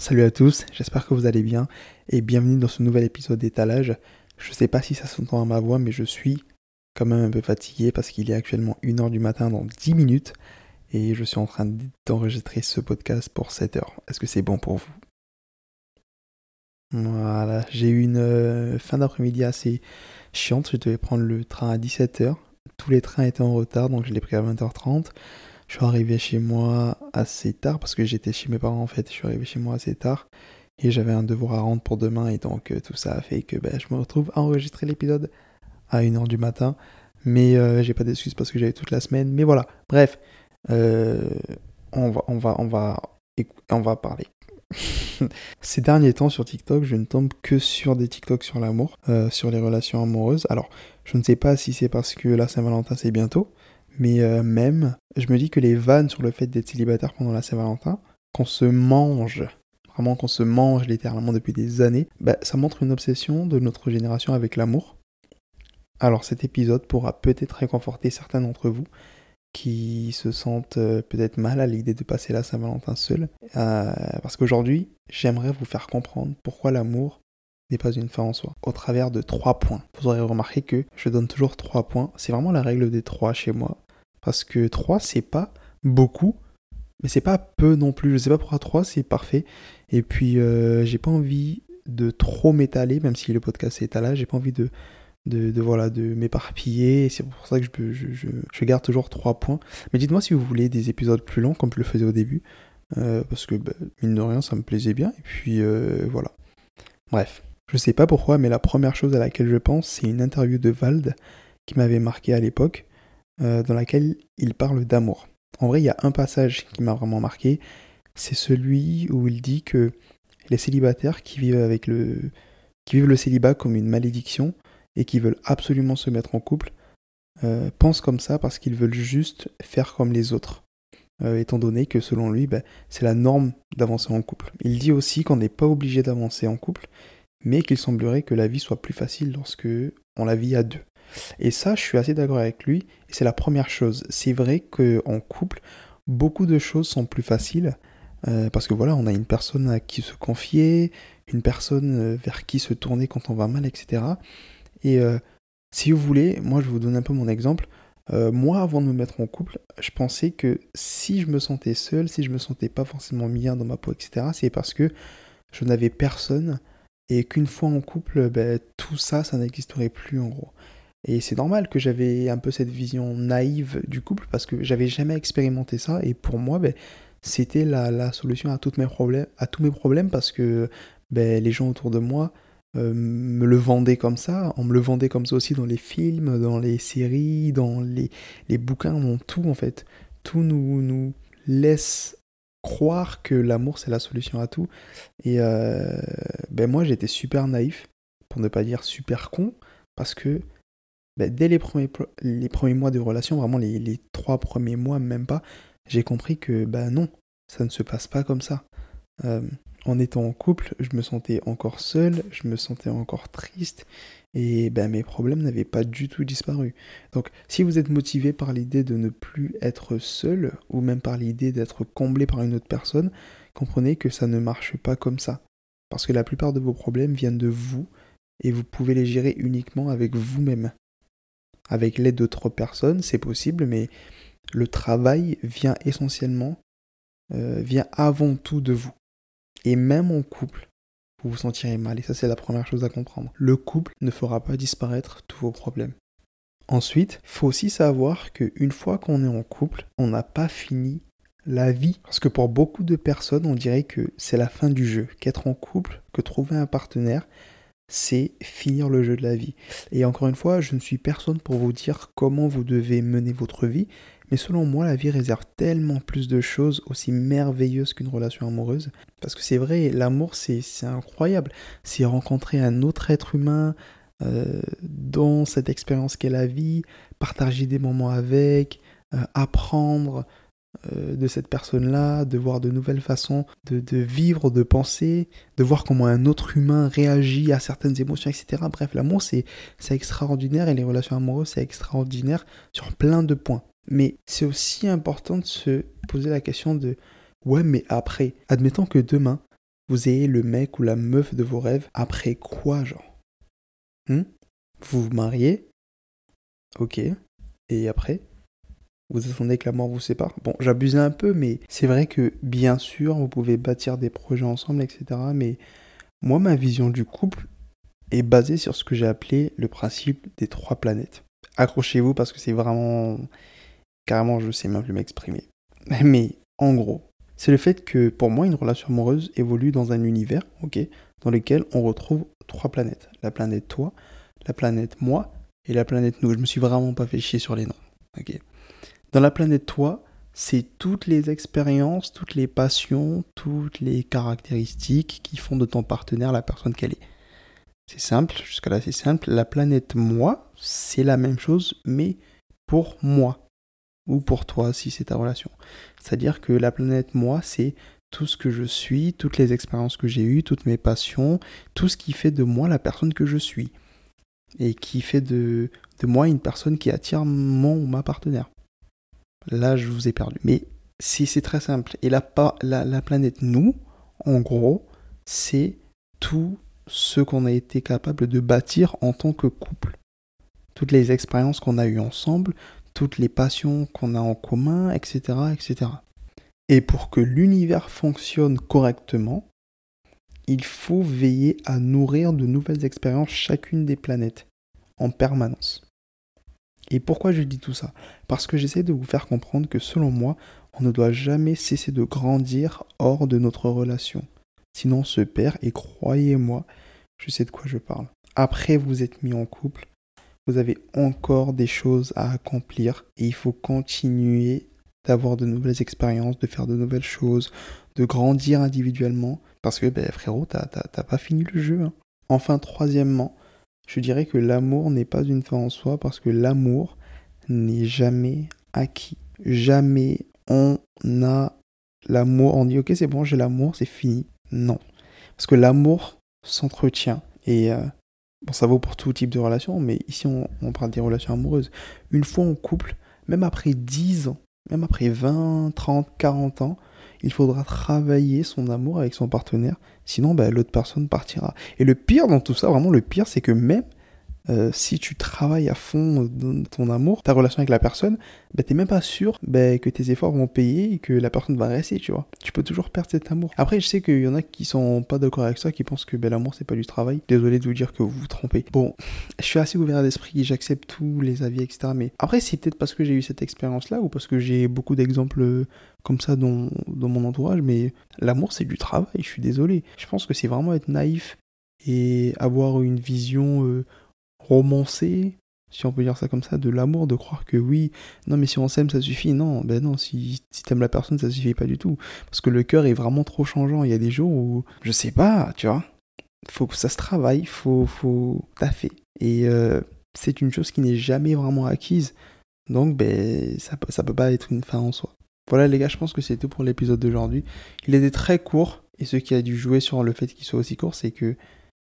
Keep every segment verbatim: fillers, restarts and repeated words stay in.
Salut à tous, j'espère que vous allez bien et bienvenue dans ce nouvel épisode d'étalage. Je sais pas si ça s'entend à ma voix, mais je suis quand même un peu fatigué parce qu'il est actuellement une heure du matin dans dix minutes et je suis en train d'enregistrer ce podcast pour sept heures. Est-ce que c'est bon pour vous? Voilà, j'ai eu une euh, fin d'après-midi assez chiante, je devais prendre le train à dix-sept heures. Tous les trains étaient en retard, donc je l'ai pris à vingt heures trente. Je suis arrivé chez moi assez tard parce que j'étais chez mes parents en fait. Je suis arrivé chez moi assez tard et j'avais un devoir à rendre pour demain et donc euh, tout ça a fait que ben, je me retrouve à enregistrer l'épisode à une heure du matin. Mais euh, j'ai pas d'excuses parce que j'avais toute la semaine. Mais voilà, bref, euh, on va, on va, on va, on va parler. Ces derniers temps sur TikTok, je ne tombe que sur des TikTok sur l'amour, euh, sur les relations amoureuses. Alors, je ne sais pas si c'est parce que la Saint-Valentin c'est bientôt, mais euh, même, je me dis que les vannes sur le fait d'être célibataire pendant la Saint-Valentin, qu'on se mange, vraiment qu'on se mange littéralement depuis des années, bah, ça montre une obsession de notre génération avec l'amour. Alors cet épisode pourra peut-être réconforter certains d'entre vous qui se sentent euh, peut-être mal à l'idée de passer la Saint-Valentin seul. Euh, parce qu'aujourd'hui, j'aimerais vous faire comprendre pourquoi l'amour n'est pas une fin en soi, au travers de trois points. Vous aurez remarqué que je donne toujours trois points. C'est vraiment la règle des trois chez moi. Parce que trois, c'est pas beaucoup, mais c'est pas peu non plus. Je sais pas pourquoi trois, c'est parfait. Et puis, euh, j'ai pas envie de trop m'étaler, même si le podcast est étalage, j'ai pas envie de de, de, voilà, de m'éparpiller, et c'est pour ça que je, je, je, je garde toujours trois points. Mais dites-moi si vous voulez des épisodes plus longs, comme je le faisais au début, euh, parce que, bah, mine de rien, ça me plaisait bien, et puis euh, voilà. Bref, je sais pas pourquoi, mais la première chose à laquelle je pense, c'est une interview de Vald, qui m'avait marqué à l'époque, euh, dans laquelle il parle d'amour. En vrai, il y a un passage qui m'a vraiment marqué, c'est celui où il dit que les célibataires qui vivent avec le, qui vivent le célibat comme une malédiction, et qui veulent absolument se mettre en couple, euh, pensent comme ça parce qu'ils veulent juste faire comme les autres. Euh, étant donné que selon lui, bah, c'est la norme d'avancer en couple. Il dit aussi qu'on n'est pas obligé d'avancer en couple, mais qu'il semblerait que la vie soit plus facile lorsque on la vit à deux. Et ça, je suis assez d'accord avec lui, et c'est la première chose. C'est vrai qu'en couple, beaucoup de choses sont plus faciles, euh, parce que voilà, on a une personne à qui se confier, une personne vers qui se tourner quand on va mal, et cetera. Et euh, si vous voulez, moi je vous donne un peu mon exemple. Euh, moi, avant de me mettre en couple, je pensais que si je me sentais seul, si je me sentais pas forcément bien dans ma peau, et cetera, c'est parce que je n'avais personne et qu'une fois en couple, ben, tout ça, ça n'existerait plus en gros. Et c'est normal que j'avais un peu cette vision naïve du couple parce que j'avais jamais expérimenté ça et pour moi, ben, c'était la, la solution à, toutes mes problèmes, à tous mes problèmes parce que ben, les gens autour de moi euh, me le vendaient comme ça. On me le vendait comme ça aussi dans les films, dans les séries, dans les, les bouquins, dans tout en fait. Tout nous, nous laisse croire que l'amour c'est la solution à tout. Et euh, ben moi j'étais super naïf, pour ne pas dire super con, parce que ben, dès les premiers, les premiers mois de relation, vraiment les, les trois premiers mois même pas, j'ai compris que ben non, ça ne se passe pas comme ça. Euh, en étant en couple, je me sentais encore seul, je me sentais encore triste, et ben mes problèmes n'avaient pas du tout disparu. Donc si vous êtes motivé par l'idée de ne plus être seul, ou même par l'idée d'être comblé par une autre personne, comprenez que ça ne marche pas comme ça. Parce que la plupart de vos problèmes viennent de vous, et vous pouvez les gérer uniquement avec vous-même. Avec l'aide d'autres personnes, c'est possible, mais le travail vient essentiellement, euh, vient avant tout de vous. Et même en couple, vous vous sentirez mal. Et ça, c'est la première chose à comprendre. Le couple ne fera pas disparaître tous vos problèmes. Ensuite, il faut aussi savoir qu'une fois qu'on est en couple, on n'a pas fini la vie. Parce que pour beaucoup de personnes, on dirait que c'est la fin du jeu. Qu'être en couple, que trouver un partenaire, c'est finir le jeu de la vie. Et encore une fois, je ne suis personne pour vous dire comment vous devez mener votre vie, mais selon moi, la vie réserve tellement plus de choses aussi merveilleuses qu'une relation amoureuse. Parce que c'est vrai, l'amour, c'est, c'est incroyable. C'est rencontrer un autre être humain euh, dans cette expérience qu'est la vie, partager des moments avec, euh, apprendre euh, de cette personne-là, de voir de nouvelles façons de, de vivre, de penser, de voir comment un autre humain réagit à certaines émotions, et cetera. Bref, l'amour, c'est, c'est extraordinaire et les relations amoureuses, c'est extraordinaire sur plein de points. Mais c'est aussi important de se poser la question de « Ouais, mais après, admettons que demain, vous ayez le mec ou la meuf de vos rêves, après quoi, genre hmm Vous vous mariez, ok, et après vous attendez que la mort vous sépare. Bon, j'abusais un peu, mais c'est vrai que, bien sûr, vous pouvez bâtir des projets ensemble, et cetera. Mais moi, ma vision du couple est basée sur ce que j'ai appelé le principe des trois planètes. Accrochez-vous parce que c'est vraiment... Carrément, je sais même plus m'exprimer. Mais, en gros, c'est le fait que, pour moi, une relation amoureuse évolue dans un univers, ok, dans lequel on retrouve trois planètes. La planète toi, la planète moi, et la planète nous. Je me suis vraiment pas fait chier sur les noms, ok. Dans la planète toi, c'est toutes les expériences, toutes les passions, toutes les caractéristiques qui font de ton partenaire la personne qu'elle est. C'est simple, jusqu'à là c'est simple. La planète moi, c'est la même chose, mais pour moi, ou pour toi si c'est ta relation. C'est-à-dire que la planète moi, c'est tout ce que je suis, toutes les expériences que j'ai eues, toutes mes passions, tout ce qui fait de moi la personne que je suis. Et qui fait de, de moi une personne qui attire mon ou ma partenaire. Là, je vous ai perdu. Mais si c'est très simple. Et la, la, la planète nous, en gros, c'est tout ce qu'on a été capable de bâtir en tant que couple. Toutes les expériences qu'on a eues ensemble, toutes les passions qu'on a en commun, et cetera, et cetera. Et pour que l'univers fonctionne correctement, il faut veiller à nourrir de nouvelles expériences chacune des planètes, en permanence. Et pourquoi je dis tout ça ? Parce que j'essaie de vous faire comprendre que selon moi, on ne doit jamais cesser de grandir hors de notre relation. Sinon on se perd et croyez-moi, je sais de quoi je parle. Après vous êtes mis en couple, vous avez encore des choses à accomplir et il faut continuer d'avoir de nouvelles expériences, de faire de nouvelles choses, de grandir individuellement. Parce que ben, frérot, t'as, t'as, t'as pas fini le jeu. Hein. Enfin, troisièmement, je dirais que l'amour n'est pas une fin en soi parce que l'amour n'est jamais acquis. Jamais on a l'amour, on dit ok c'est bon j'ai l'amour, c'est fini. Non. Parce que l'amour s'entretient. Et euh, bon ça vaut pour tout type de relation, mais ici on, on parle des relations amoureuses. Une fois en couple, même après dix ans, même après vingt, trente, quarante ans, il faudra travailler son amour avec son partenaire, sinon bah, l'autre personne partira. Et le pire dans tout ça, vraiment le pire, c'est que même euh, si tu travailles à fond dans ton amour, ta relation avec la personne, bah, t'es même pas sûr bah, que tes efforts vont payer et que la personne va rester, tu vois. Tu peux toujours perdre cet amour. Après, je sais qu'il y en a qui sont pas d'accord avec ça, qui pensent que bah, l'amour c'est pas du travail. Désolé de vous dire que vous vous trompez. Bon, je suis assez ouvert d'esprit, j'accepte tous les avis, et cetera. Mais après, c'est peut-être parce que j'ai eu cette expérience-là ou parce que j'ai beaucoup d'exemples comme ça dans, dans mon entourage, mais l'amour c'est du travail, je suis désolé. Je pense que c'est vraiment être naïf et avoir une vision... Euh, romancé, si on peut dire ça comme ça, de l'amour, de croire que oui, non mais si on s'aime ça suffit, non, ben non, si, si t'aimes la personne ça suffit pas du tout, parce que le cœur est vraiment trop changeant, il y a des jours où, je sais pas, tu vois, faut que ça se travaille, faut, faut taffer, et euh, c'est une chose qui n'est jamais vraiment acquise, donc ben ça, ça peut pas être une fin en soi. Voilà les gars, je pense que c'est tout pour l'épisode d'aujourd'hui, il était très court, et ce qui a dû jouer sur le fait qu'il soit aussi court, c'est que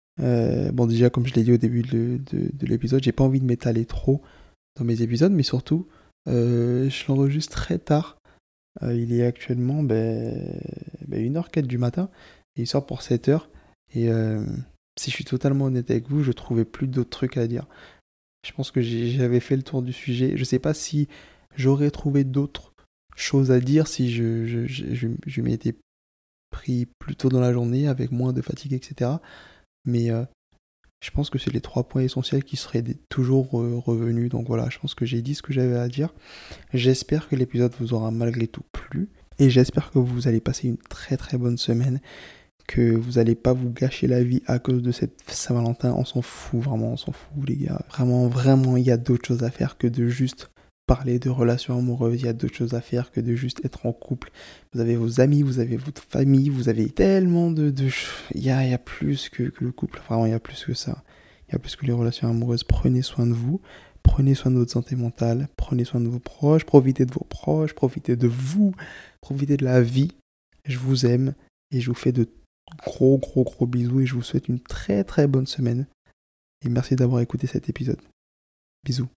Euh, bon déjà comme je l'ai dit au début de, de, de l'épisode, j'ai pas envie de m'étaler trop dans mes épisodes, mais surtout euh, je l'enregistre très tard. Euh, il est actuellement ben, ben une heure quatre du matin et il sort pour sept heures. Et euh, si je suis totalement honnête avec vous, je trouvais plus d'autres trucs à dire. Je pense que j'ai, j'avais fait le tour du sujet. Je sais pas si j'aurais trouvé d'autres choses à dire si je, je, je, je, je m'étais pris plus tôt dans la journée avec moins de fatigue, et cetera. Mais euh, je pense que c'est les trois points essentiels qui seraient des, toujours euh, revenus. Donc voilà, je pense que j'ai dit ce que j'avais à dire. J'espère que l'épisode vous aura malgré tout plu. Et j'espère que vous allez passer une très très bonne semaine. Que vous allez pas vous gâcher la vie à cause de cette Saint-Valentin. On s'en fout, vraiment, on s'en fout les gars. Vraiment, vraiment, il y a d'autres choses à faire que de juste parler de relations amoureuses, il y a d'autres choses à faire que de juste être en couple. Vous avez vos amis, vous avez votre famille, vous avez tellement de... de... Il, y a, il y a plus que, que le couple, vraiment il y a plus que ça. Il y a plus que les relations amoureuses. Prenez soin de vous, prenez soin de votre santé mentale, prenez soin de vos proches, profitez de vos proches, profitez de vous, profitez de la vie. Je vous aime et je vous fais de gros gros gros bisous et je vous souhaite une très très bonne semaine. Et merci d'avoir écouté cet épisode. Bisous.